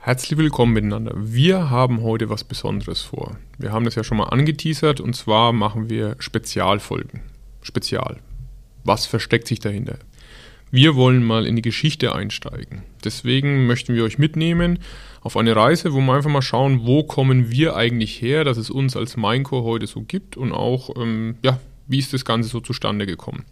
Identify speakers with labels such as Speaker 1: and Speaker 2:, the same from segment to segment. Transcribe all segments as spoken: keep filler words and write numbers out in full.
Speaker 1: Herzlich willkommen miteinander. Wir haben heute was Besonderes vor. Wir haben das ja schon mal angeteasert und zwar machen wir Spezialfolgen. Spezial. Was versteckt sich dahinter? Wir wollen mal in die Geschichte einsteigen. Deswegen möchten wir euch mitnehmen auf eine Reise, wo wir einfach mal schauen, wo kommen wir eigentlich her, dass es uns als Minecore heute so gibt und auch, ähm, ja, wie ist das Ganze so zustande gekommen.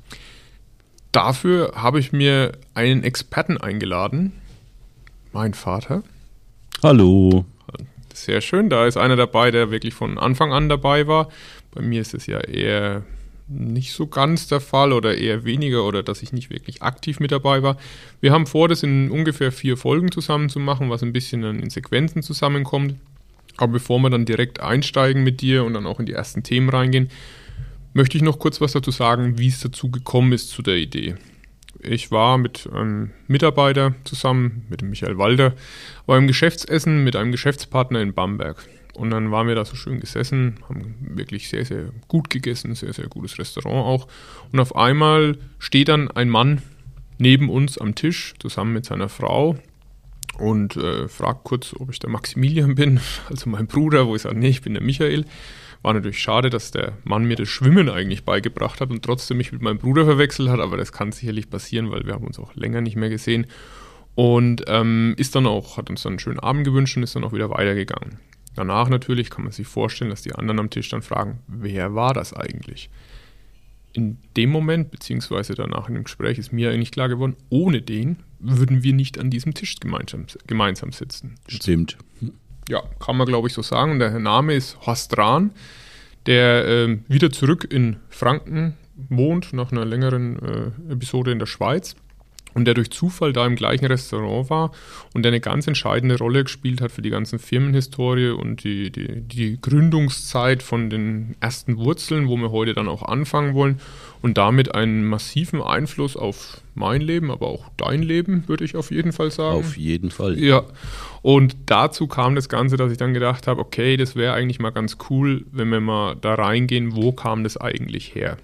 Speaker 1: Dafür habe ich mir einen Experten eingeladen, mein Vater.
Speaker 2: Hallo.
Speaker 1: Sehr schön, da ist einer dabei, der wirklich von Anfang an dabei war. Bei mir ist es ja eher nicht so ganz der Fall oder eher weniger oder dass ich nicht wirklich aktiv mit dabei war. Wir haben vor, das in ungefähr vier Folgen zusammen zu machen, was ein bisschen dann in Sequenzen zusammenkommt. Aber bevor wir dann direkt einsteigen mit dir und dann auch in die ersten Themen reingehen, möchte ich noch kurz was dazu sagen, wie es dazu gekommen ist zu der Idee. Ich war mit einem Mitarbeiter zusammen, mit dem Michael Walter, beim Geschäftsessen mit einem Geschäftspartner in Bamberg. Und dann waren wir da so schön gesessen, haben wirklich sehr, sehr gut gegessen, sehr, sehr gutes Restaurant auch. Und auf einmal steht dann ein Mann neben uns am Tisch, zusammen mit seiner Frau und äh, fragt kurz, ob ich der Maximilian bin, also mein Bruder, wo ich sage, nee, ich bin der Michael. War natürlich schade, dass der Mann mir das Schwimmen eigentlich beigebracht hat und trotzdem mich mit meinem Bruder verwechselt hat, aber das kann sicherlich passieren, weil wir haben uns auch länger nicht mehr gesehen. Und ähm, ist dann auch, hat uns dann einen schönen Abend gewünscht und ist dann auch wieder weitergegangen. Danach natürlich kann man sich vorstellen, dass die anderen am Tisch dann fragen, wer war das eigentlich? In dem Moment, beziehungsweise danach in dem Gespräch, ist mir eigentlich klar geworden, ohne den würden wir nicht an diesem Tisch gemeinsam, gemeinsam sitzen.
Speaker 2: Stimmt.
Speaker 1: Ja, kann man glaube ich so sagen. Der Name ist Horst Rahn, der äh, wieder zurück in Franken wohnt, nach einer längeren äh, Episode in der Schweiz und der durch Zufall da im gleichen Restaurant war und der eine ganz entscheidende Rolle gespielt hat für die ganzen Firmenhistorie und die, die, die Gründungszeit von den ersten Wurzeln, wo wir heute dann auch anfangen wollen und damit einen massiven Einfluss auf mein Leben, aber auch dein Leben, würde ich auf jeden Fall sagen.
Speaker 2: Auf jeden Fall.
Speaker 1: Ja, und dazu kam das Ganze, dass ich dann gedacht habe, okay, das wäre eigentlich mal ganz cool, wenn wir mal da reingehen, wo kam das eigentlich her?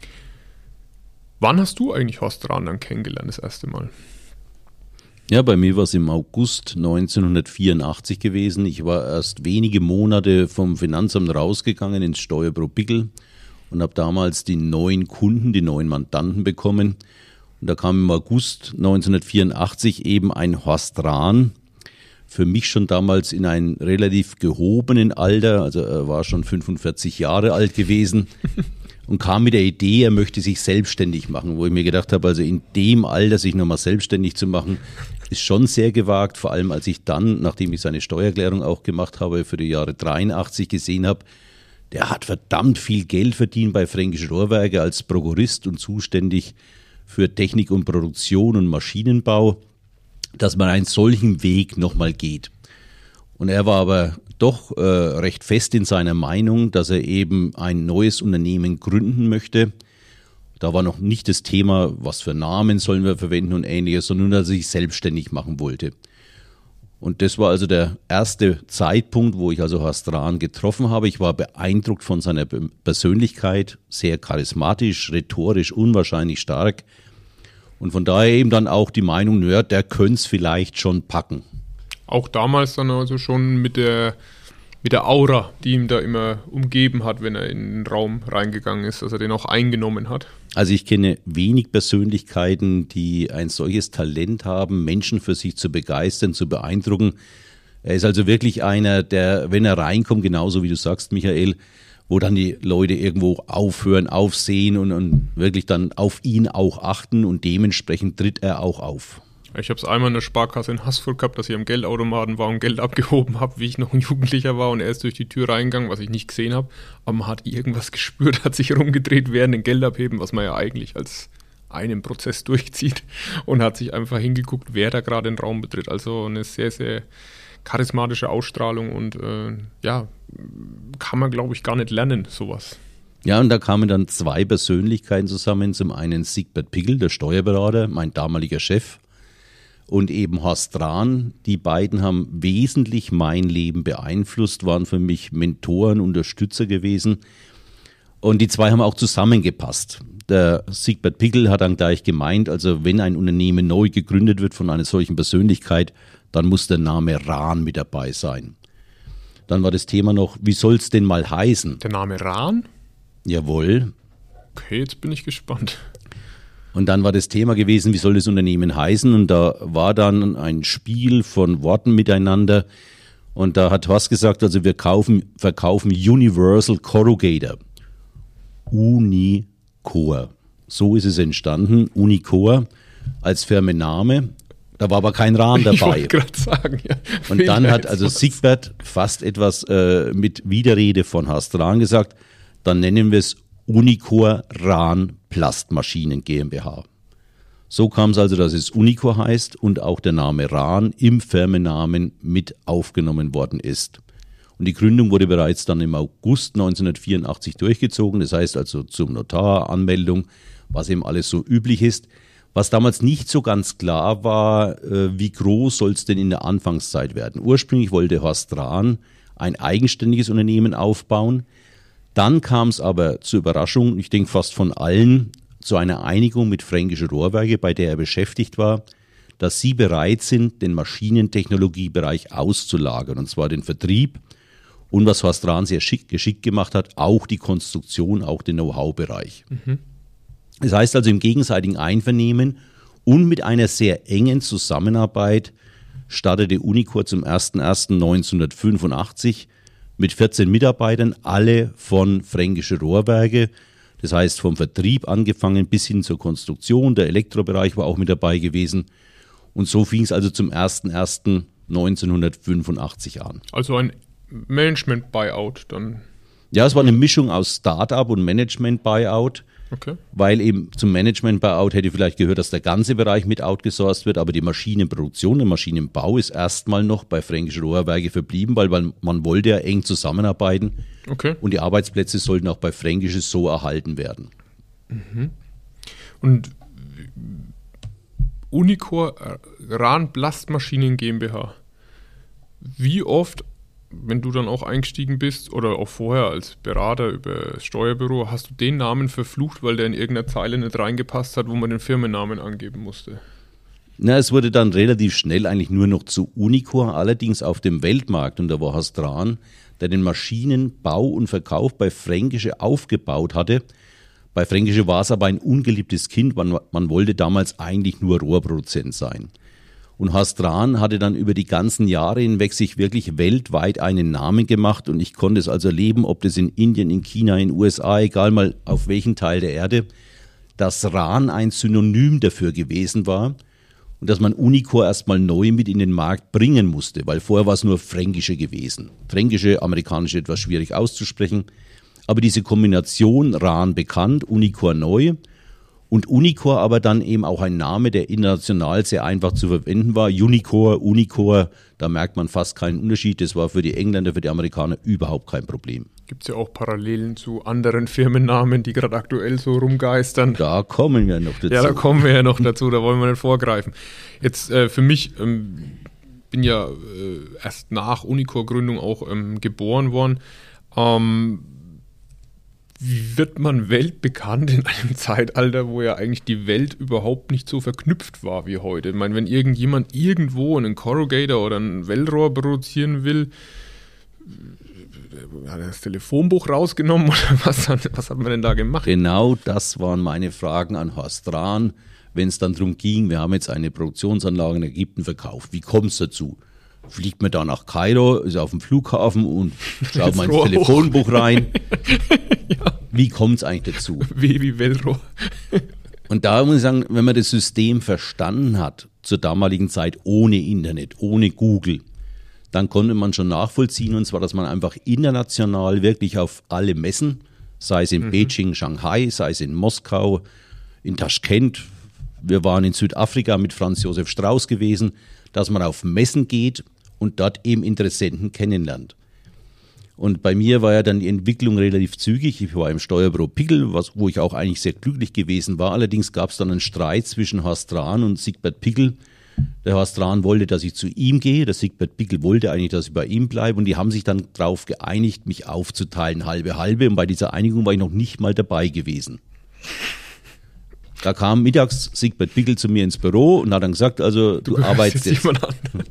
Speaker 1: Wann hast du eigentlich Horst Rahn dann kennengelernt, das erste Mal?
Speaker 2: Ja, bei mir war es im August neunzehnhundertvierundachtzig gewesen. Ich war erst wenige Monate vom Finanzamt rausgegangen ins Steuerbüro Bickel und habe damals die neuen Kunden, die neuen Mandanten bekommen. Und da kam im August neunzehnhundertvierundachtzig eben ein Horst Rahn, für mich schon damals in einem relativ gehobenen Alter, also er war schon fünfundvierzig Jahre alt gewesen und kam mit der Idee, er möchte sich selbstständig machen, wo ich mir gedacht habe, also in dem Alter sich nochmal selbstständig zu machen, ist schon sehr gewagt, vor allem als ich dann, nachdem ich seine Steuererklärung auch gemacht habe, für die Jahre dreiundachtzig gesehen habe, der hat verdammt viel Geld verdient bei Fränkische Rohrwerke als Prokurist und zuständig für Technik und Produktion und Maschinenbau, dass man einen solchen Weg nochmal geht. Und er war aber doch äh, recht fest in seiner Meinung, dass er eben ein neues Unternehmen gründen möchte. Da war noch nicht das Thema, was für Namen sollen wir verwenden und ähnliches, sondern nur, dass er sich selbstständig machen wollte. Und das war also der erste Zeitpunkt, wo ich also Horst Rahn getroffen habe. Ich war beeindruckt von seiner Persönlichkeit, sehr charismatisch, rhetorisch, unwahrscheinlich stark. Und von daher eben dann auch die Meinung, naja, der könnte es vielleicht schon packen.
Speaker 1: Auch damals dann also schon mit der, mit der Aura, die ihm da immer umgeben hat, wenn er in den Raum reingegangen ist, dass er den auch eingenommen hat.
Speaker 2: Also ich kenne wenig Persönlichkeiten, die ein solches Talent haben, Menschen für sich zu begeistern, zu beeindrucken. Er ist also wirklich einer, der, wenn er reinkommt, genauso wie du sagst, Michael, wo dann die Leute irgendwo aufhören, aufsehen und, und wirklich dann auf ihn auch achten und dementsprechend tritt er auch auf.
Speaker 1: Ich habe es einmal in der Sparkasse in Haßfurt gehabt, dass ich am Geldautomaten war und Geld abgehoben habe, wie ich noch ein Jugendlicher war und er ist durch die Tür reingegangen, was ich nicht gesehen habe, aber man hat irgendwas gespürt, hat sich rumgedreht während dem Geldabheben, was man ja eigentlich als einen Prozess durchzieht und hat sich einfach hingeguckt, wer da gerade den Raum betritt. Also eine sehr, sehr charismatische Ausstrahlung und äh, ja, kann man, glaube ich, gar nicht lernen, sowas.
Speaker 2: Ja, und da kamen dann zwei Persönlichkeiten zusammen. Zum einen Siegbert Pickel, der Steuerberater, mein damaliger Chef, und eben Horst Rahn. Die beiden haben wesentlich mein Leben beeinflusst, waren für mich Mentoren, Unterstützer gewesen. Und die zwei haben auch zusammengepasst. Der Siegbert Pickel hat dann gleich gemeint, also wenn ein Unternehmen neu gegründet wird von einer solchen Persönlichkeit, dann muss der Name Rahn mit dabei sein. Dann war das Thema noch, wie soll es denn mal heißen?
Speaker 1: Der Name Rahn?
Speaker 2: Jawohl.
Speaker 1: Okay, jetzt bin ich gespannt.
Speaker 2: Und dann war das Thema gewesen, wie soll das Unternehmen heißen? Und da war dann ein Spiel von Worten miteinander. Und da hat Horst gesagt, also wir kaufen, verkaufen Universal Corrugator. Unicor. So ist es entstanden, Unicor als Firmenname. Da war aber kein Rahn dabei.
Speaker 1: Ich wollte gerade sagen, ja.
Speaker 2: Und dann hat also Siegbert fast etwas äh, mit Widerrede von Horst Rahn gesagt, dann nennen wir es Unicor Rahn Plastmaschinen GmbH. So kam es also, dass es Unicor heißt und auch der Name Rahn im Firmennamen mit aufgenommen worden ist. Und die Gründung wurde bereits dann im August neunzehnhundertvierundachtzig durchgezogen, das heißt also zum Notar, Anmeldung, was eben alles so üblich ist. Was damals nicht so ganz klar war, äh, wie groß soll es denn in der Anfangszeit werden. Ursprünglich wollte Horst Rahn ein eigenständiges Unternehmen aufbauen. Dann kam es aber zur Überraschung, ich denke fast von allen, zu einer Einigung mit Fränkische Rohrwerke, bei der er beschäftigt war, dass sie bereit sind, den Maschinentechnologiebereich auszulagern, und zwar den Vertrieb und, was Horst Rahn sehr schick, geschickt gemacht hat, auch die Konstruktion, auch den Know-how-Bereich. Mhm. Das heißt also, im gegenseitigen Einvernehmen und mit einer sehr engen Zusammenarbeit startete Unicor zum ersten ersten neunzehnhundertfünfundachtzig mit vierzehn Mitarbeitern, alle von Fränkische Rohrwerke. Das heißt, vom Vertrieb angefangen bis hin zur Konstruktion. Der Elektrobereich war auch mit dabei gewesen. Und so fing es also zum ersten ersten neunzehnhundertfünfundachtzig an.
Speaker 1: Also ein Management-Buyout dann?
Speaker 2: Ja, es war eine Mischung aus Start-up und Management-Buyout.
Speaker 1: Okay.
Speaker 2: Weil eben zum Management-Buyout hätte vielleicht gehört, dass der ganze Bereich mit outgesourced wird, aber die Maschinenproduktion, der Maschinenbau ist erstmal noch bei Fränkische Rohrwerke verblieben, weil man, man wollte ja eng zusammenarbeiten.
Speaker 1: Okay.
Speaker 2: Und die Arbeitsplätze sollten auch bei Fränkische so erhalten werden.
Speaker 1: Mhm. Und Unicor Rahn Plastmaschinen GmbH, wie oft, wenn du dann auch eingestiegen bist oder auch vorher als Berater über das Steuerbüro, hast du den Namen verflucht, weil der in irgendeiner Zeile nicht reingepasst hat, wo man den Firmennamen angeben musste?
Speaker 2: Na, es wurde dann relativ schnell eigentlich nur noch zu Unicor, allerdings auf dem Weltmarkt. Und da war Horst Rahn, der den Maschinenbau und Verkauf bei Fränkische aufgebaut hatte. Bei Fränkische war es aber ein ungeliebtes Kind. Man, man wollte damals eigentlich nur Rohrproduzent sein. Und Horst Rahn hatte dann über die ganzen Jahre hinweg sich wirklich weltweit einen Namen gemacht. Und ich konnte es also erleben, ob das in Indien, in China, in den U S A, egal mal auf welchen Teil der Erde, dass Rahn ein Synonym dafür gewesen war. Und dass man Unicor erstmal neu mit in den Markt bringen musste, weil vorher war es nur Fränkische gewesen. Fränkische, amerikanische etwas schwierig auszusprechen. Aber diese Kombination Rahn bekannt, Unicor neu. Und Unicor aber dann eben auch ein Name, der international sehr einfach zu verwenden war. Unicor, Unicor, da merkt man fast keinen Unterschied. Das war für die Engländer, für die Amerikaner überhaupt kein Problem.
Speaker 1: Gibt es ja auch Parallelen zu anderen Firmennamen, die gerade aktuell so rumgeistern.
Speaker 2: Da kommen wir noch dazu.
Speaker 1: Ja, da kommen wir ja noch dazu, da wollen wir nicht vorgreifen. Jetzt äh, für mich, ähm, bin ja äh, erst nach Unicor-Gründung auch ähm, geboren worden. Ähm, Wie wird man weltbekannt in einem Zeitalter, wo ja eigentlich die Welt überhaupt nicht so verknüpft war wie heute? Ich meine, wenn irgendjemand irgendwo einen Corrugator oder ein Wellrohr produzieren will, hat er das Telefonbuch rausgenommen oder was, was hat man denn da gemacht?
Speaker 2: Genau das waren meine Fragen an Horst Rahn, wenn es dann darum ging, wir haben jetzt eine Produktionsanlage in Ägypten verkauft. Wie kommt es dazu? Fliegt man da nach Kairo, ist auf dem Flughafen und schaut mal ins Telefonbuch rein. Ja. Wie kommt es eigentlich dazu?
Speaker 1: Wie, wie Wellrohr.
Speaker 2: Und da muss ich sagen, wenn man das System verstanden hat, zur damaligen Zeit ohne Internet, ohne Google, dann konnte man schon nachvollziehen, und zwar, dass man einfach international wirklich auf alle Messen, sei es in mhm. Beijing, Shanghai, sei es in Moskau, in Taschkent, wir waren in Südafrika mit Franz Josef Strauß gewesen, dass man auf Messen geht und dort eben Interessenten kennenlernt. Und bei mir war ja dann die Entwicklung relativ zügig. Ich war im Steuerbüro Pickel, was, wo ich auch eigentlich sehr glücklich gewesen war. Allerdings gab es dann einen Streit zwischen Horst Rahn und Siegbert Pickel. Der Horst Rahn wollte, dass ich zu ihm gehe. Der Siegbert Pickel wollte eigentlich, dass ich bei ihm bleibe. Und die haben sich dann darauf geeinigt, mich aufzuteilen, halbe halbe. Und bei dieser Einigung war ich noch nicht mal dabei gewesen. Da kam mittags Siegbert Bickel zu mir ins Büro und hat dann gesagt, also du, du arbeitest jetzt, jetzt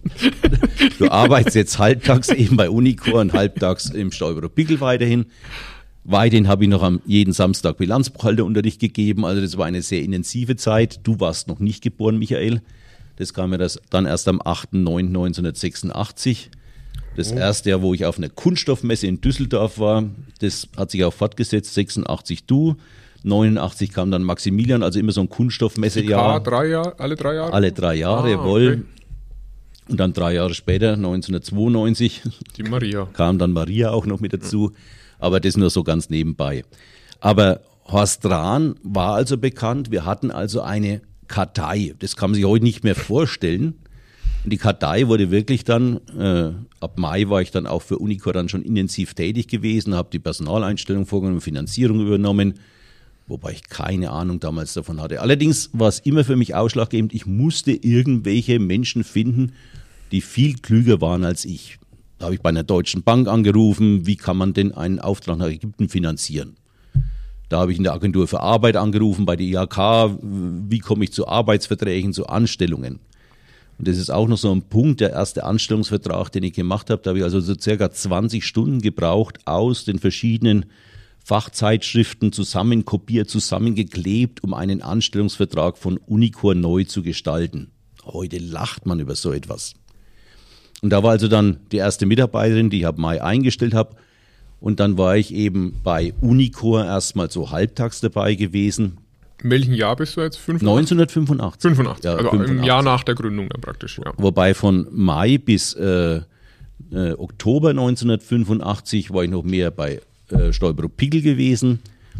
Speaker 2: du arbeitest jetzt halbtags eben bei Unicor und halbtags im Steuerbüro Bickel weiterhin. Weiterhin habe ich noch am jeden Samstag Bilanzbuchhalterunterricht gegeben, also das war eine sehr intensive Zeit. Du warst noch nicht geboren, Michael. Das kam mir das dann erst am achter neunter neunzehnhundertsechsundachtzig. Das oh. erste Jahr, wo ich auf einer Kunststoffmesse in Düsseldorf war, das hat sich auch fortgesetzt, sechsundachtzig du, neunundachtzig kam dann Maximilian, also immer so ein Kunststoffmessejahr.
Speaker 1: Drei Jahre, alle drei Jahre?
Speaker 2: Alle drei Jahre, ah, jawohl. Okay. Und dann drei Jahre später, neunzehnhundertzweiundneunzig,
Speaker 1: die Maria.
Speaker 2: Kam dann Maria auch noch mit dazu, aber das nur so ganz nebenbei. Aber Horst Rahn war also bekannt, wir hatten also eine Kartei, das kann man sich heute nicht mehr vorstellen. Und die Kartei wurde wirklich dann, äh, ab Mai war ich dann auch für Unicor dann schon intensiv tätig gewesen, habe die Personaleinstellung vorgenommen, Finanzierung übernommen, wobei ich keine Ahnung damals davon hatte. Allerdings war es immer für mich ausschlaggebend, ich musste irgendwelche Menschen finden, die viel klüger waren als ich. Da habe ich bei einer deutschen Bank angerufen, wie kann man denn einen Auftrag nach Ägypten finanzieren? Da habe ich in der Agentur für Arbeit angerufen, bei der I H K, wie komme ich zu Arbeitsverträgen, zu Anstellungen? Und das ist auch noch so ein Punkt, der erste Anstellungsvertrag, den ich gemacht habe, da habe ich also so circa zwanzig Stunden gebraucht, aus den verschiedenen Fachzeitschriften zusammenkopiert, zusammengeklebt, um einen Anstellungsvertrag von Unicor neu zu gestalten. Heute lacht man über so etwas. Und da war also dann die erste Mitarbeiterin, die ich ab Mai eingestellt habe. Und dann war ich eben bei Unicor erstmal so halbtags dabei gewesen.
Speaker 1: In welchem Jahr bist du jetzt?
Speaker 2: neunzehnhundertfünfundachtzig.
Speaker 1: fünfundachtzig,
Speaker 2: ja,
Speaker 1: also
Speaker 2: fünfundachtzig.
Speaker 1: Im Jahr nach der Gründung dann praktisch. Ja.
Speaker 2: Wobei von Mai bis äh, äh, Oktober neunzehnhundertfünfundachtzig war ich noch mehr bei äh, Steuerbüro Pickel gewesen,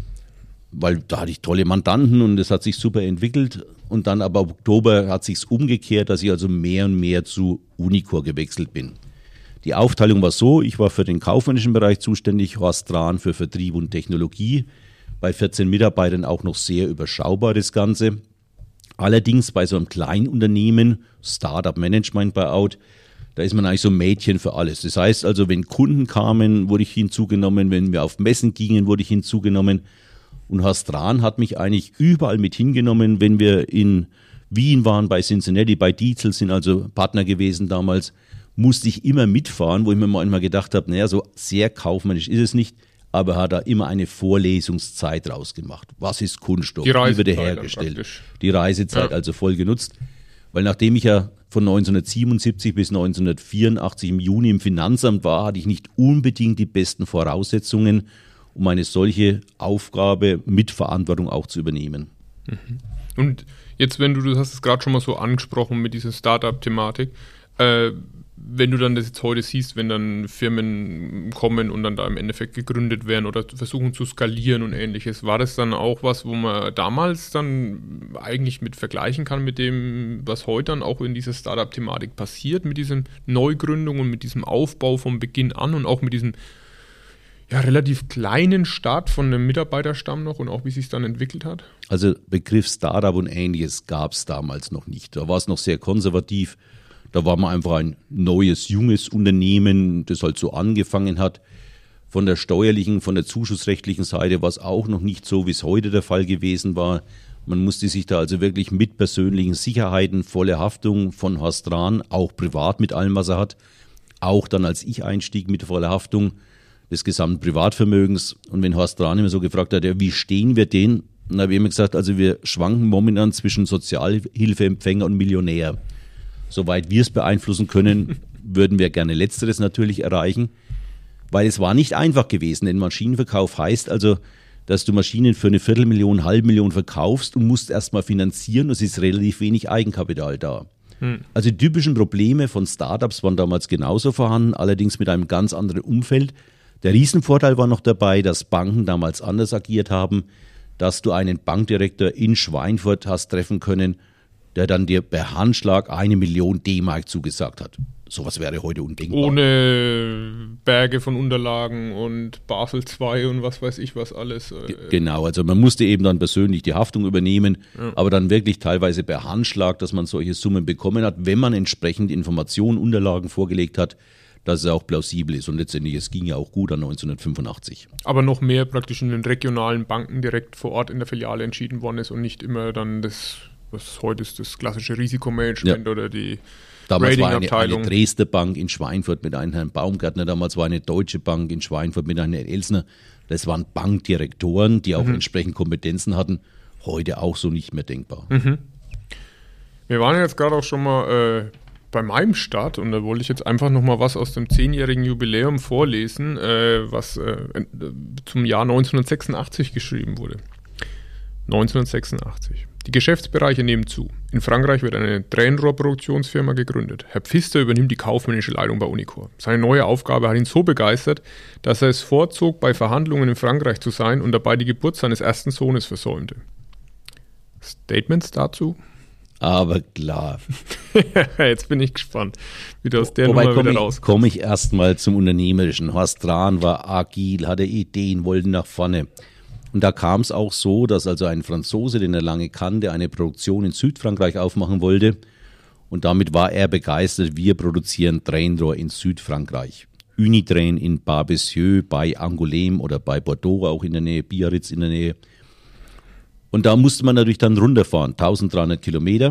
Speaker 2: weil da hatte ich tolle Mandanten und das hat sich super entwickelt. Und dann aber im Oktober hat sich's umgekehrt, dass ich also mehr und mehr zu Unicor gewechselt bin. Die Aufteilung war so, ich war für den kaufmännischen Bereich zuständig, Horst Rahn für Vertrieb und Technologie. Bei vierzehn Mitarbeitern auch noch sehr überschaubar das Ganze. Allerdings bei so einem Kleinunternehmen, Startup Management Buyout, da ist man eigentlich so ein Mädchen für alles. Das heißt also, wenn Kunden kamen, wurde ich hinzugenommen, wenn wir auf Messen gingen, wurde ich hinzugenommen. Und Horst Rahn hat mich eigentlich überall mit hingenommen, wenn wir in Wien waren, bei Cincinnati, bei Dietzel, sind also Partner gewesen damals, musste ich immer mitfahren, wo ich mir manchmal gedacht habe, naja, so sehr kaufmännisch ist es nicht, aber er hat da immer eine Vorlesungszeit rausgemacht. Was ist Kunststoff?
Speaker 1: Die
Speaker 2: Wie wird er hergestellt? Die Reisezeit
Speaker 1: ja.
Speaker 2: also voll genutzt. Weil nachdem ich ja von neunzehnhundertsiebenundsiebzig bis neunzehnhundertvierundachtzig im Juni im Finanzamt war, hatte ich nicht unbedingt die besten Voraussetzungen, um eine solche Aufgabe mit Verantwortung auch zu übernehmen.
Speaker 1: Und jetzt, wenn du, du hast es gerade schon mal so angesprochen mit dieser Startup-Thematik, äh, wenn du dann das jetzt heute siehst, wenn dann Firmen kommen und dann da im Endeffekt gegründet werden oder versuchen zu skalieren und ähnliches, war das dann auch was, wo man damals dann eigentlich mit vergleichen kann mit dem, was heute dann auch in dieser Startup-Thematik passiert, mit diesen Neugründungen und mit diesem Aufbau vom Beginn an und auch mit diesem ja, relativ kleinen Start von einem Mitarbeiterstamm noch und auch wie sich es dann entwickelt hat?
Speaker 2: Also Begriff Startup und Ähnliches gab es damals noch nicht. Da war es noch sehr konservativ. Da war man einfach ein neues, junges Unternehmen, das halt so angefangen hat. Von der steuerlichen, von der zuschussrechtlichen Seite war es auch noch nicht so, wie es heute der Fall gewesen war. Man musste sich da also wirklich mit persönlichen Sicherheiten, volle Haftung von Horst Rahn, auch privat mit allem, was er hat, auch dann als ich einstieg mit voller Haftung des gesamten Privatvermögens. Und wenn Horst Rahn immer so gefragt hat, ja, wie stehen wir denn? Dann habe ich immer gesagt, also wir schwanken momentan zwischen Sozialhilfeempfänger und Millionär. Soweit wir es beeinflussen können, würden wir gerne Letzteres natürlich erreichen, weil es war nicht einfach gewesen, denn Maschinenverkauf heißt also, dass du Maschinen für eine Viertelmillion, halbe Million verkaufst und musst erstmal finanzieren und es ist relativ wenig Eigenkapital da. Hm. Also die typischen Probleme von Startups waren damals genauso vorhanden, allerdings mit einem ganz anderen Umfeld. Der Riesenvorteil war noch dabei, dass Banken damals anders agiert haben, dass du einen Bankdirektor in Schweinfurt hast treffen können, der dann dir per Handschlag eine Million D-Mark zugesagt hat. Sowas wäre heute undenkbar.
Speaker 1: Ohne Berge von Unterlagen und Basel zwei und was weiß ich was alles.
Speaker 2: Genau, also man musste eben dann persönlich die Haftung übernehmen, ja. aber dann wirklich teilweise per Handschlag, dass man solche Summen bekommen hat, wenn man entsprechend Informationen, Unterlagen vorgelegt hat. dass es auch plausibel ist. Und letztendlich, es ging ja auch gut an neunzehnhundertfünfundachtzig.
Speaker 1: Aber noch mehr praktisch in den regionalen Banken direkt vor Ort in der Filiale entschieden worden ist und nicht immer dann das, was heute ist, das klassische Risikomanagement ja. oder die
Speaker 2: Damals war eine, eine Dresdner Bank in Schweinfurt mit einem Herrn Baumgärtner, damals war eine Deutsche Bank in Schweinfurt mit einem Herrn Elsner. Das waren Bankdirektoren, die auch mhm. entsprechend Kompetenzen hatten. Heute auch so nicht mehr denkbar.
Speaker 1: Mhm. Wir waren jetzt gerade auch schon mal äh, bei meinem Start und da wollte ich jetzt einfach nochmal was aus dem zehnjährigen Jubiläum vorlesen, äh, was äh, zum Jahr neunzehnhundertsechsundachtzig geschrieben wurde. neunzehnhundertsechsundachtzig. Die Geschäftsbereiche nehmen zu. In Frankreich wird eine Tränenrohrproduktionsfirma gegründet. Herr Pfister übernimmt die kaufmännische Leitung bei Unicor. Seine neue Aufgabe hat ihn so begeistert, dass er es vorzog, bei Verhandlungen in Frankreich zu sein und dabei die Geburt seines ersten Sohnes versäumte. Statements dazu?
Speaker 2: Aber klar.
Speaker 1: Jetzt bin ich gespannt, wie du aus der
Speaker 2: Wobei
Speaker 1: Nummer wieder
Speaker 2: ich,
Speaker 1: rauskommst.
Speaker 2: Komme ich erstmal zum Unternehmerischen. Horst Rahn war agil, hatte Ideen, wollte nach vorne. Und da kam es auch so, dass also ein Franzose, den er lange kannte, eine Produktion in Südfrankreich aufmachen wollte. Und damit war er begeistert, wir produzieren Tränenrohr in Südfrankreich. Unitrain in Barbesieux bei Angoulême oder bei Bordeaux, auch in der Nähe, Biarritz in der Nähe. Und da musste man natürlich dann runterfahren, eintausenddreihundert Kilometer.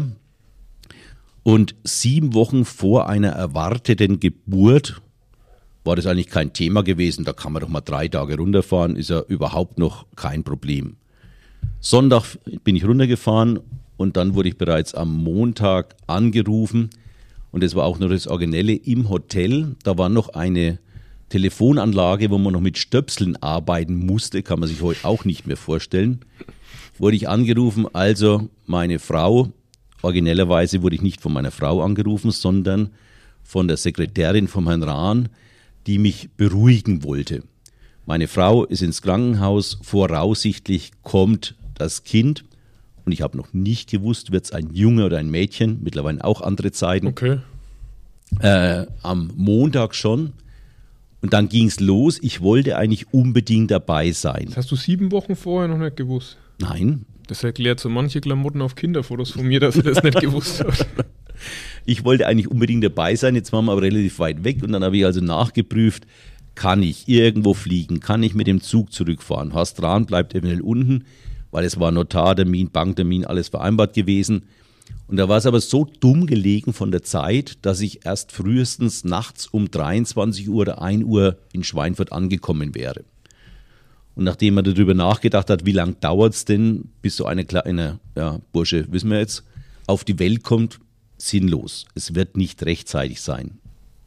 Speaker 2: Und sieben Wochen vor einer erwarteten Geburt war das eigentlich kein Thema gewesen. Da kann man doch mal drei Tage runterfahren, ist ja überhaupt noch kein Problem. Sonntag bin ich runtergefahren und dann wurde ich bereits am Montag angerufen. Und das war auch noch das Originelle im Hotel. Da war noch eine Telefonanlage, wo man noch mit Stöpseln arbeiten musste, kann man sich heute auch nicht mehr vorstellen. Wurde ich angerufen, also meine Frau, originellerweise wurde ich nicht von meiner Frau angerufen, sondern von der Sekretärin von Herrn Rahn, die mich beruhigen wollte. Meine Frau ist ins Krankenhaus, voraussichtlich kommt das Kind und ich habe noch nicht gewusst, wird es ein Junge oder ein Mädchen, mittlerweile auch andere Zeiten.
Speaker 1: Okay.
Speaker 2: Äh, am Montag schon und dann ging es los, ich wollte eigentlich unbedingt dabei sein.
Speaker 1: Das hast du sieben Wochen vorher noch nicht gewusst?
Speaker 2: Nein.
Speaker 1: Das erklärt so manche Klamotten auf Kinderfotos von mir, dass ich das nicht gewusst habe.
Speaker 2: Ich wollte eigentlich unbedingt dabei sein, jetzt waren wir aber relativ weit weg und dann habe ich also nachgeprüft, kann ich irgendwo fliegen, kann ich mit dem Zug zurückfahren. Horst Rahn bleibt eventuell unten, weil es war Notartermin, Banktermin, alles vereinbart gewesen. Und da war es aber so dumm gelegen von der Zeit, dass ich erst frühestens nachts um dreiundzwanzig Uhr oder ein Uhr in Schweinfurt angekommen wäre. Und nachdem man darüber nachgedacht hat, wie lange dauert es denn, bis so eine kleine ja, Bursche, wissen wir jetzt, auf die Welt kommt, sinnlos. Es wird nicht rechtzeitig sein.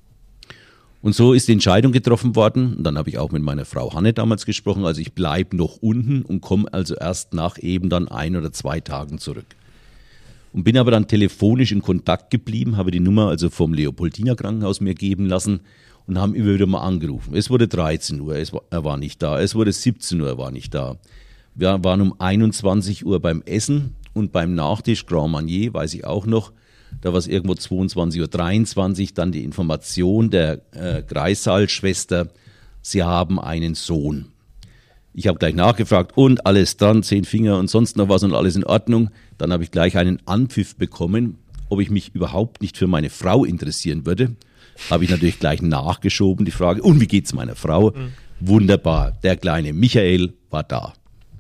Speaker 2: Und so ist die Entscheidung getroffen worden. Und dann habe ich auch mit meiner Frau Hanne damals gesprochen. Also ich bleibe noch unten und komme also erst nach eben dann ein oder zwei Tagen zurück. Und bin aber dann telefonisch in Kontakt geblieben, habe die Nummer also vom Leopoldiner Krankenhaus mir geben lassen und haben immer wieder mal angerufen. Es wurde dreizehn Uhr, es war, er war nicht da. Es wurde siebzehn Uhr, er war nicht da. Wir waren um einundzwanzig Uhr beim Essen und beim Nachtisch Grand Marnier, weiß ich auch noch, da war es irgendwo zweiundzwanzig Uhr dreiundzwanzig, dann die Information der äh, Kreissaalschwester, sie haben einen Sohn. Ich habe gleich nachgefragt und alles dran, zehn Finger und sonst noch was und alles in Ordnung. Dann habe ich gleich einen Anpfiff bekommen, ob ich mich überhaupt nicht für meine Frau interessieren würde. Habe ich natürlich gleich nachgeschoben, die Frage, und wie geht's meiner Frau? Mhm. Wunderbar, der kleine Michael war da.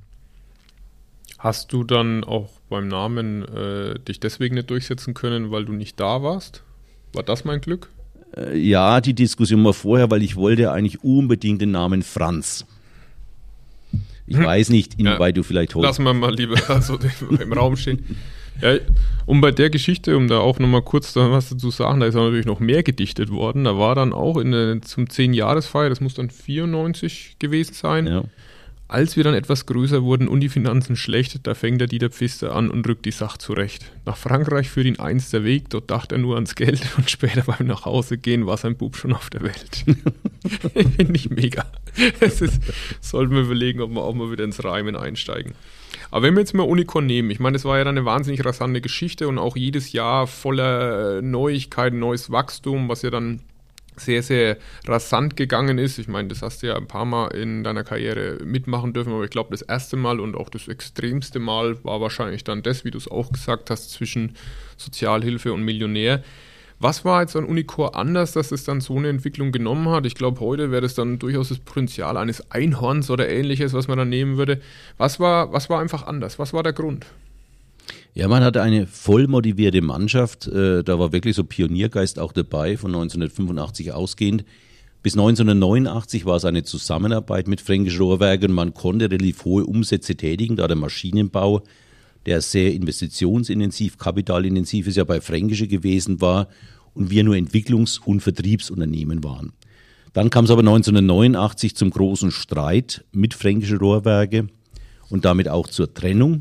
Speaker 1: Hast du dann auch beim Namen äh, dich deswegen nicht durchsetzen können, weil du nicht da warst? War das mein Glück?
Speaker 2: Äh, ja, die Diskussion war vorher, weil ich wollte eigentlich unbedingt den Namen Franz. Ich hm. weiß nicht, inwieweit ja, du vielleicht heute...
Speaker 1: Lassen wir mal lieber so im Raum stehen. Ja, um bei der Geschichte, um da auch nochmal kurz da was dazu sagen, da ist auch natürlich noch mehr gedichtet worden. Da war dann auch in der, zum zehn-Jahres-Feier, das muss dann vierundneunzig gewesen sein,
Speaker 2: ja.
Speaker 1: Als wir dann etwas größer wurden und die Finanzen schlecht, da fängt der Dieter Pfister an und rückt die Sache zurecht. Nach Frankreich führt ihn einst der Weg, dort dachte er nur ans Geld und später beim Nachhausegehen war sein Bub schon auf der Welt. Finde ich mega. Es ist, sollten wir überlegen, ob wir auch mal wieder ins Reimen einsteigen. Aber wenn wir jetzt mal Unicor nehmen, ich meine, das war ja dann eine wahnsinnig rasante Geschichte und auch jedes Jahr voller Neuigkeiten, neues Wachstum, was ja dann sehr, sehr rasant gegangen ist. Ich meine, das hast du ja ein paar Mal in deiner Karriere mitmachen dürfen, aber ich glaube, das erste Mal und auch das extremste Mal war wahrscheinlich dann das, wie du es auch gesagt hast, zwischen Sozialhilfe und Millionär. Was war jetzt an Unicor anders, dass es dann so eine Entwicklung genommen hat? Ich glaube, heute wäre das dann durchaus das Potenzial eines Einhorns oder ähnliches, was man dann nehmen würde. Was war, was war einfach anders? Was war der Grund?
Speaker 2: Ja, man hatte eine voll motivierte Mannschaft. Äh, da war wirklich so Pioniergeist auch dabei, von neunzehnhundertfünfundachtzig ausgehend. Bis neunzehnhundertneunundachtzig war es eine Zusammenarbeit mit Fränkische Rohrwerke. Man konnte relativ hohe Umsätze tätigen, da der Maschinenbau, der sehr investitionsintensiv, kapitalintensiv ist, ja bei Fränkische gewesen war und wir nur Entwicklungs- und Vertriebsunternehmen waren. Dann kam es aber neunzehnhundertneunundachtzig zum großen Streit mit Fränkische Rohrwerke und damit auch zur Trennung.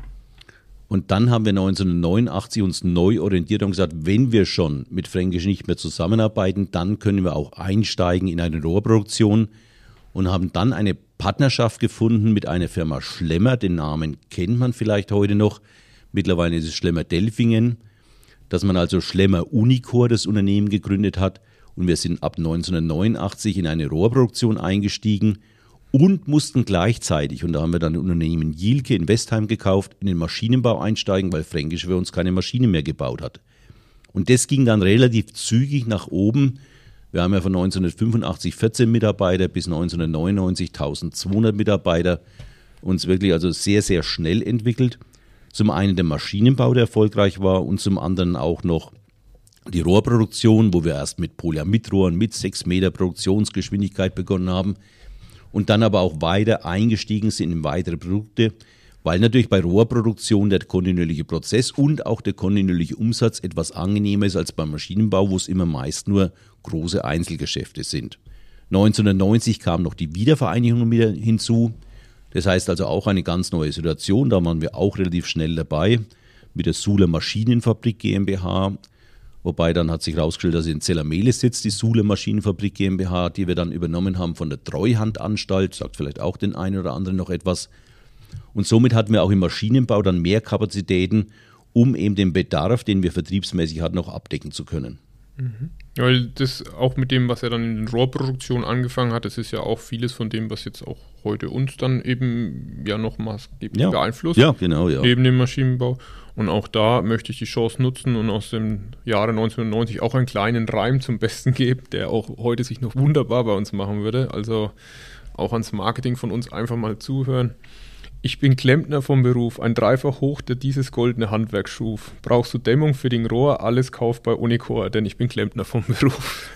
Speaker 2: Und dann haben wir neunzehnhundertneunundachtzig uns neu orientiert und gesagt, wenn wir schon mit Fränkisch nicht mehr zusammenarbeiten, dann können wir auch einsteigen in eine Rohrproduktion und haben dann eine Partnerschaft gefunden mit einer Firma Schlemmer. Den Namen kennt man vielleicht heute noch. Mittlerweile ist es Schlemmer Delfingen, dass man also Schlemmer Unicor, das Unternehmen, gegründet hat. Und wir sind ab neunzehnhundertneunundachtzig in eine Rohrproduktion eingestiegen und mussten gleichzeitig, und da haben wir dann ein Unternehmen Jielke in Westheim gekauft, in den Maschinenbau einsteigen, weil Fränkisch für uns keine Maschine mehr gebaut hat. Und das ging dann relativ zügig nach oben. Wir haben ja von neunzehnhundertfünfundachtzig vierzehn Mitarbeiter bis neunzehnhundertneunundneunzig eintausendzweihundert Mitarbeiter, uns wirklich also sehr, sehr schnell entwickelt. Zum einen der Maschinenbau, der erfolgreich war, und zum anderen auch noch die Rohrproduktion, wo wir erst mit Polyamidrohren mit sechs Meter Produktionsgeschwindigkeit begonnen haben und dann aber auch weiter eingestiegen sind in weitere Produkte, weil natürlich bei Rohrproduktion der kontinuierliche Prozess und auch der kontinuierliche Umsatz etwas angenehmer ist als beim Maschinenbau, wo es immer meist nur große Einzelgeschäfte sind. neunzehnhundertneunzig kam noch die Wiedervereinigung wieder hinzu. Das heißt also auch eine ganz neue Situation. Da waren wir auch relativ schnell dabei mit der Suhler Maschinenfabrik GmbH. Wobei dann hat sich herausgestellt, dass in Zellermehle sitzt, die Suhler Maschinenfabrik GmbH, die wir dann übernommen haben von der Treuhandanstalt. Sagt vielleicht auch den einen oder anderen noch etwas. Und somit hatten wir auch im Maschinenbau dann mehr Kapazitäten, um eben den Bedarf, den wir vertriebsmäßig hatten, noch abdecken zu können.
Speaker 1: Mhm. Weil das auch mit dem, was er dann in den Rohrproduktionen angefangen hat, das ist ja auch vieles von dem, was jetzt auch heute uns dann eben ja noch maßgeblich
Speaker 2: ja.
Speaker 1: beeinflusst.
Speaker 2: Ja, genau, ja.
Speaker 1: Neben dem Maschinenbau. Und auch da möchte ich die Chance nutzen und aus dem Jahre neunzehnhundertneunzig auch einen kleinen Reim zum Besten geben, der auch heute sich noch wunderbar bei uns machen würde. Also auch ans Marketing von uns einfach mal zuhören. Ich bin Klempner vom Beruf, ein Dreifach hoch, der dieses goldene Handwerk schuf. Brauchst du Dämmung für den Rohr, alles kauf bei Unicor, denn ich bin Klempner vom Beruf.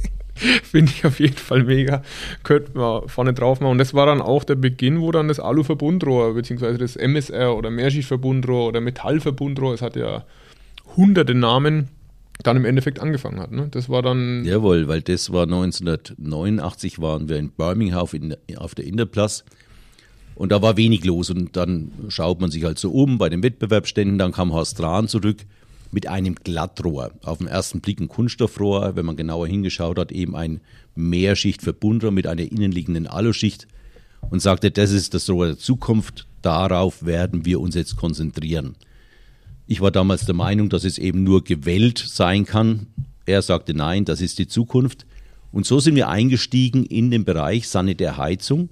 Speaker 1: Finde ich auf jeden Fall mega. Könnten wir vorne drauf machen. Und das war dann auch der Beginn, wo dann das Aluverbundrohr, beziehungsweise das M S R oder Mehrschichtverbundrohr oder Metallverbundrohr, es hat ja hunderte Namen, dann im Endeffekt angefangen hat. Ne? Das war dann...
Speaker 2: Jawohl, weil das war neunzehnhundertneunundachtzig, waren wir in Birmingham auf, in, auf der Interplus. Und da war wenig los und dann schaut man sich halt so um bei den Wettbewerbsständen. Dann kam Horst Rahn zurück mit einem Glattrohr. Auf den ersten Blick ein Kunststoffrohr, wenn man genauer hingeschaut hat, eben ein Mehrschichtverbundrohr mit einer innenliegenden Aluschicht und sagte, das ist das Rohr der Zukunft, darauf werden wir uns jetzt konzentrieren. Ich war damals der Meinung, dass es eben nur gewellt sein kann. Er sagte, nein, das ist die Zukunft. Und so sind wir eingestiegen in den Bereich Sanitärheizung.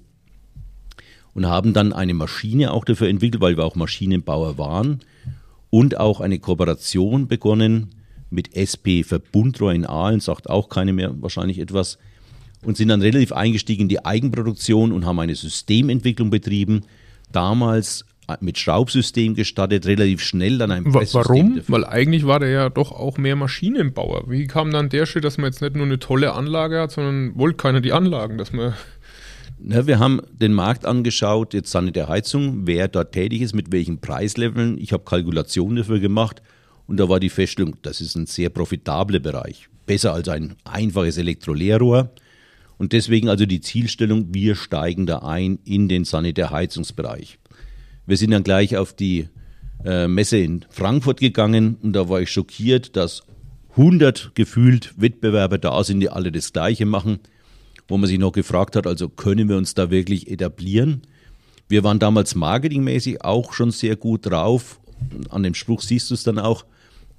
Speaker 2: Und haben dann eine Maschine auch dafür entwickelt, weil wir auch Maschinenbauer waren und auch eine Kooperation begonnen mit S P Verbundrohr in Aalen, sagt auch keine mehr wahrscheinlich etwas, und sind dann relativ eingestiegen in die Eigenproduktion und haben eine Systementwicklung betrieben, damals mit Schraubsystem gestartet, relativ schnell dann ein
Speaker 1: Presssystem. Warum? Dafür. Weil eigentlich war der ja doch auch mehr Maschinenbauer. Wie kam dann der Schritt, dass man jetzt nicht nur eine tolle Anlage hat, sondern wollte keiner die Anlagen, dass man...
Speaker 2: Ja, wir haben den Markt angeschaut, jetzt Sanitärheizung, wer dort tätig ist, mit welchen Preisleveln. Ich habe Kalkulationen dafür gemacht und da war die Feststellung, das ist ein sehr profitabler Bereich. Besser als ein einfaches Elektroleerrohr. Und deswegen also die Zielstellung, wir steigen da ein in den Sanitärheizungsbereich. Wir sind dann gleich auf die äh, Messe in Frankfurt gegangen und da war ich schockiert, dass hundert gefühlt Wettbewerber da sind, die alle das Gleiche machen. Wo man sich noch gefragt hat, also können wir uns da wirklich etablieren? Wir waren damals marketingmäßig auch schon sehr gut drauf. An dem Spruch siehst du es dann auch.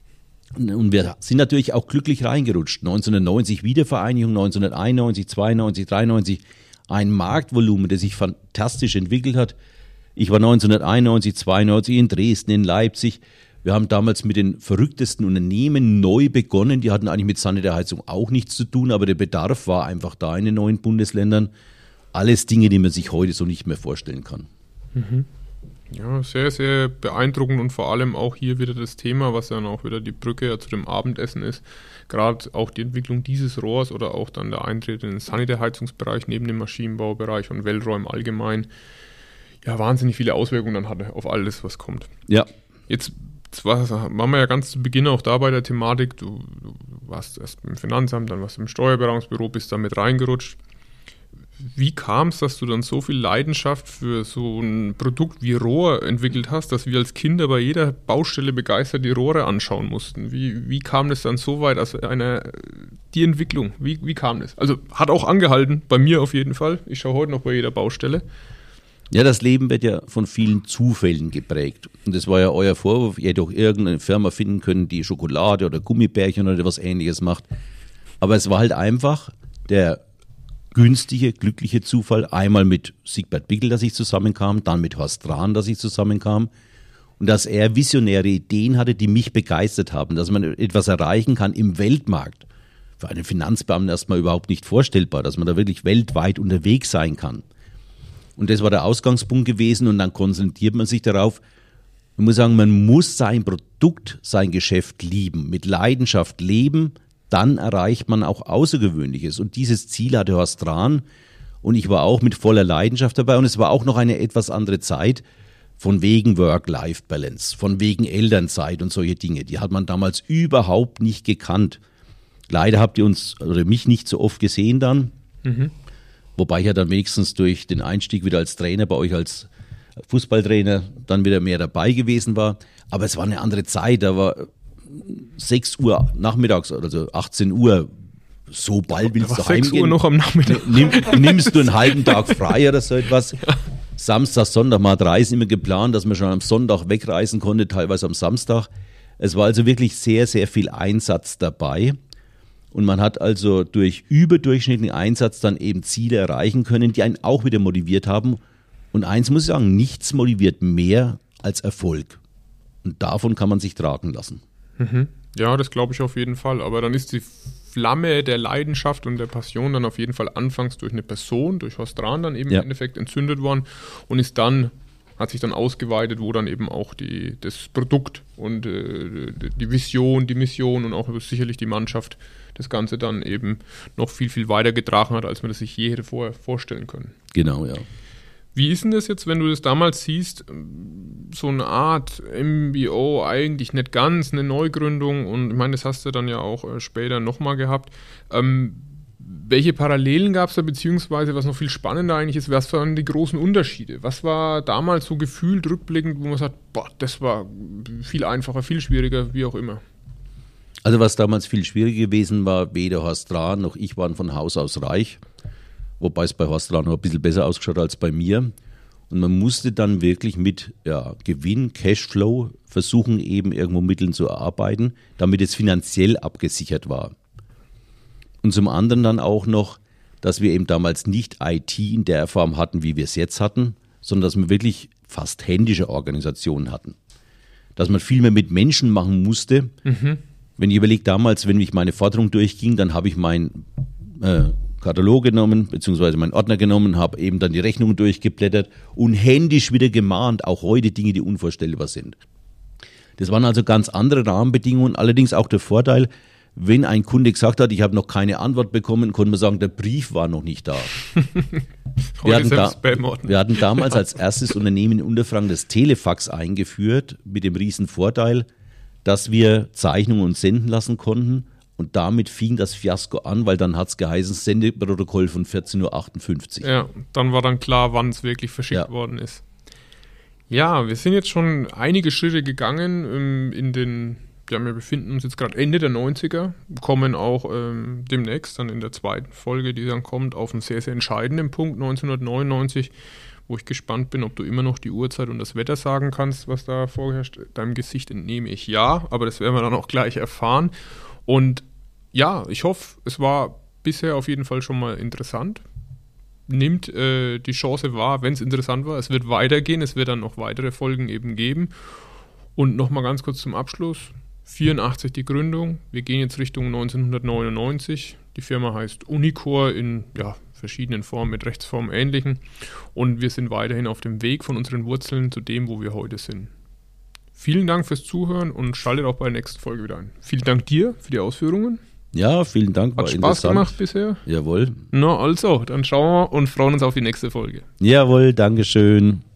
Speaker 2: Und wir sind natürlich auch glücklich reingerutscht. neunzehnhundertneunzig Wiedervereinigung, neunzehnhunderteinundneunzig, zweiundneunzig, dreiundneunzig. Ein Marktvolumen, das sich fantastisch entwickelt hat. Ich war neunzehnhunderteinundneunzig, zweiundneunzig in Dresden, in Leipzig. Wir haben damals mit den verrücktesten Unternehmen neu begonnen. Die hatten eigentlich mit Sanitärheizung auch nichts zu tun, aber der Bedarf war einfach da in den neuen Bundesländern. Alles Dinge, die man sich heute so nicht mehr vorstellen kann.
Speaker 1: Mhm. Ja, sehr, sehr beeindruckend und vor allem auch hier wieder das Thema, was dann auch wieder die Brücke ja zu dem Abendessen ist. Gerade auch die Entwicklung dieses Rohrs oder auch dann der Eintritt in den Sanitärheizungsbereich neben dem Maschinenbaubereich und Wellrohr allgemein. Ja, wahnsinnig viele Auswirkungen dann hatte auf alles, was kommt.
Speaker 2: Ja.
Speaker 1: Jetzt war, waren wir ja ganz zu Beginn auch da bei der Thematik. Du, du warst erst im Finanzamt, dann warst du im Steuerberatungsbüro, bist da mit reingerutscht. Wie kam es, dass du dann so viel Leidenschaft für so ein Produkt wie Rohr entwickelt hast, dass wir als Kinder bei jeder Baustelle begeistert die Rohre anschauen mussten? Wie, wie kam das dann so weit, also eine, die Entwicklung, wie, wie kam das? Also hat auch angehalten, bei mir auf jeden Fall. Ich schaue heute noch bei jeder Baustelle.
Speaker 2: Ja, das Leben wird ja von vielen Zufällen geprägt. Und das war ja euer Vorwurf, ihr hättet auch irgendeine Firma finden können, die Schokolade oder Gummibärchen oder was Ähnliches macht. Aber es war halt einfach der günstige, glückliche Zufall. Einmal mit Siegbert Bickel, dass ich zusammenkam, dann mit Horst Rahn, dass ich zusammenkam. Und dass er visionäre Ideen hatte, die mich begeistert haben, dass man etwas erreichen kann im Weltmarkt. Für einen Finanzbeamten erstmal überhaupt nicht vorstellbar, dass man da wirklich weltweit unterwegs sein kann. Und das war der Ausgangspunkt gewesen und dann konzentriert man sich darauf. Man muss sagen, man muss sein Produkt, sein Geschäft lieben, mit Leidenschaft leben, dann erreicht man auch Außergewöhnliches. Und dieses Ziel hatte Horst Rahn und ich war auch mit voller Leidenschaft dabei. Und es war auch noch eine etwas andere Zeit, von wegen Work-Life-Balance, von wegen Elternzeit und solche Dinge. Die hat man damals überhaupt nicht gekannt. Leider habt ihr uns oder mich nicht so oft gesehen dann. Mhm. Wobei ich ja dann wenigstens durch den Einstieg wieder als Trainer bei euch als Fußballtrainer dann wieder mehr dabei gewesen war. Aber es war eine andere Zeit, da war sechs Uhr nachmittags, also achtzehn Uhr, so bald willst du heimgehen.
Speaker 1: sechs Uhr noch am Nachmittag.
Speaker 2: Nimm, nimmst du einen halben Tag frei oder so etwas. Ja. Samstag, Sonntag mal reisen immer geplant, dass man schon am Sonntag wegreisen konnte, teilweise am Samstag. Es war also wirklich sehr, sehr viel Einsatz dabei. Und man hat also durch überdurchschnittlichen Einsatz dann eben Ziele erreichen können, die einen auch wieder motiviert haben. Und eins muss ich sagen, nichts motiviert mehr als Erfolg. Und davon kann man sich tragen lassen.
Speaker 1: Mhm. Ja, das glaube ich auf jeden Fall. Aber dann ist die Flamme der Leidenschaft und der Passion dann auf jeden Fall anfangs durch eine Person, durch Horst Rahn dann eben ja. im Endeffekt entzündet worden und ist dann, hat sich dann ausgeweitet, wo dann eben auch die, das Produkt und äh, die Vision, die Mission und auch sicherlich die Mannschaft das Ganze dann eben noch viel, viel weiter getragen hat, als man das sich je hätte vorher vorstellen können.
Speaker 2: Genau, ja.
Speaker 1: Wie ist denn das jetzt, wenn du das damals siehst, so eine Art M B O, eigentlich nicht ganz, eine Neugründung und ich meine, das hast du dann ja auch äh, später nochmal gehabt. Ähm, welche Parallelen gab es da, beziehungsweise was noch viel spannender eigentlich ist, was waren die großen Unterschiede? Was war damals so gefühlt rückblickend, wo man sagt, boah, das war viel einfacher, viel schwieriger, wie auch immer?
Speaker 2: Also was damals viel schwieriger gewesen war, weder Horst Rahn noch ich waren von Haus aus reich. Wobei es bei Horst Rahn noch ein bisschen besser ausgeschaut als bei mir. Und man musste dann wirklich mit ja, Gewinn, Cashflow versuchen, eben irgendwo Mitteln zu erarbeiten, damit es finanziell abgesichert war. Und zum anderen dann auch noch, dass wir eben damals nicht I T in der Form hatten, wie wir es jetzt hatten, sondern dass wir wirklich fast händische Organisationen hatten. Dass man viel mehr mit Menschen machen musste. Mhm. Wenn ich überlege, damals, wenn ich meine Forderung durchging, dann habe ich mein äh, Katalog genommen, beziehungsweise meinen Ordner genommen, habe eben dann die Rechnungen durchgeblättert und händisch wieder gemahnt, auch heute Dinge, die unvorstellbar sind. Das waren also ganz andere Rahmenbedingungen, allerdings auch der Vorteil, wenn ein Kunde gesagt hat, ich habe noch keine Antwort bekommen, konnte man sagen, der Brief war noch nicht da. wir, hatten da wir hatten damals als erstes Unternehmen in Unterfranken das Telefax eingeführt, mit dem riesen Vorteil, dass wir Zeichnungen uns senden lassen konnten. Und damit fing das Fiasko an, weil dann hat es geheißen, Sendeprotokoll von vierzehn Uhr achtundfünfzig.
Speaker 1: Ja, dann war dann klar, wann es wirklich verschickt ja. worden ist. Ja, wir sind jetzt schon einige Schritte gegangen in den, ja, wir befinden uns jetzt gerade Ende der neunziger, kommen auch ähm, demnächst dann in der zweiten Folge, die dann kommt, auf einen sehr, sehr entscheidenden Punkt, neunzehnhundertneunundneunzig, wo ich gespannt bin, ob du immer noch die Uhrzeit und das Wetter sagen kannst, was da vorherrscht. Deinem Gesicht entnehme ich ja, aber das werden wir dann auch gleich erfahren. Und ja, ich hoffe, es war bisher auf jeden Fall schon mal interessant. Nimmt äh, die Chance wahr, wenn es interessant war. Es wird weitergehen, es wird dann noch weitere Folgen eben geben. Und nochmal ganz kurz zum Abschluss. vierundachtzig die Gründung. Wir gehen jetzt Richtung neunzehnhundertneunundneunzig. Die Firma heißt Unicor in ja, verschiedenen Formen, mit Rechtsformen ähnlichen. Und wir sind weiterhin auf dem Weg von unseren Wurzeln zu dem, wo wir heute sind. Vielen Dank fürs Zuhören und schaltet auch bei der nächsten Folge wieder ein. Vielen Dank dir für die Ausführungen.
Speaker 2: Ja, vielen Dank.
Speaker 1: War Hat Spaß gemacht bisher.
Speaker 2: Jawohl.
Speaker 1: Na also, dann schauen wir und freuen uns auf die nächste Folge.
Speaker 2: Jawohl, Dankeschön.